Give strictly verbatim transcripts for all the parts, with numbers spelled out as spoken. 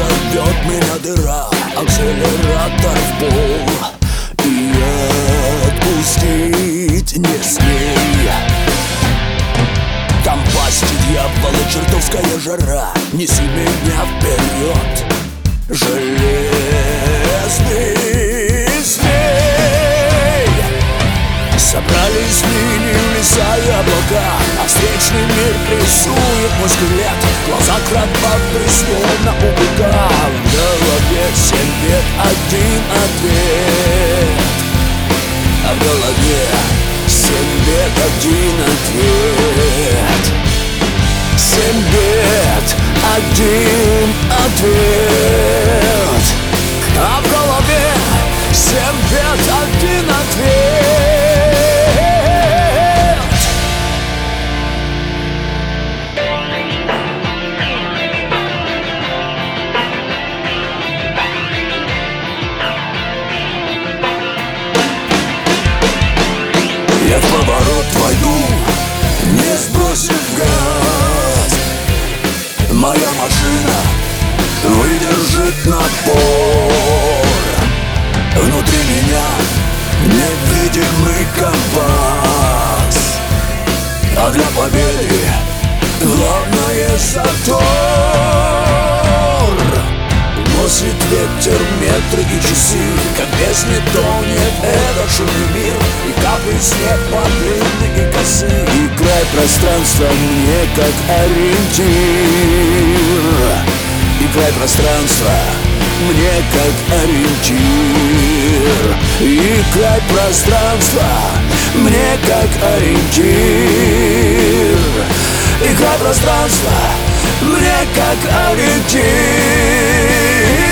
зовет меня дыра, акселератор в пол, и отпустить не смей. Там пасти дьявола, чертовская жара, неси меня вперед, железный змей. Собрались линии, леса и облака, а встречный мир рисует мой скелет. Глаза кровавые, словно у быка. В голове семь бед, один ответ. А в голове семь бед, один ответ. Семь бед, один ответ. А в голове семь бед, один ответ. Я в поворот войду, не сбросив газ. Моя машина выдержит напор. Внутри меня невидимый компас, а для победы главное затор. Носит ветер метры и часы, как песни тонет этот шумный мир. И капли снег по длинной и косы, и край пространства мне как ориентир. И край пространства мне как ориентир. И край пространства мне как ориентир. И край пространства мне как ориентир.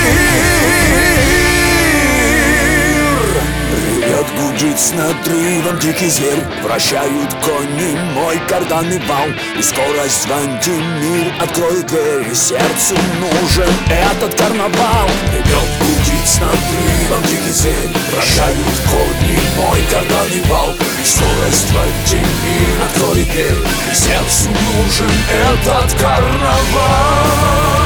Ревет, гудит с надрывом дикий зверь, вращают кони мой карданный вал, и скорость в антимир откроет дверь, и сердцу нужен этот карнавал. Ревет, гудит с надрывом дикий зверь, вращают кони мой карданный вал, и скорость в антимир откроет дверь, и сердцу нужен этот карнавал.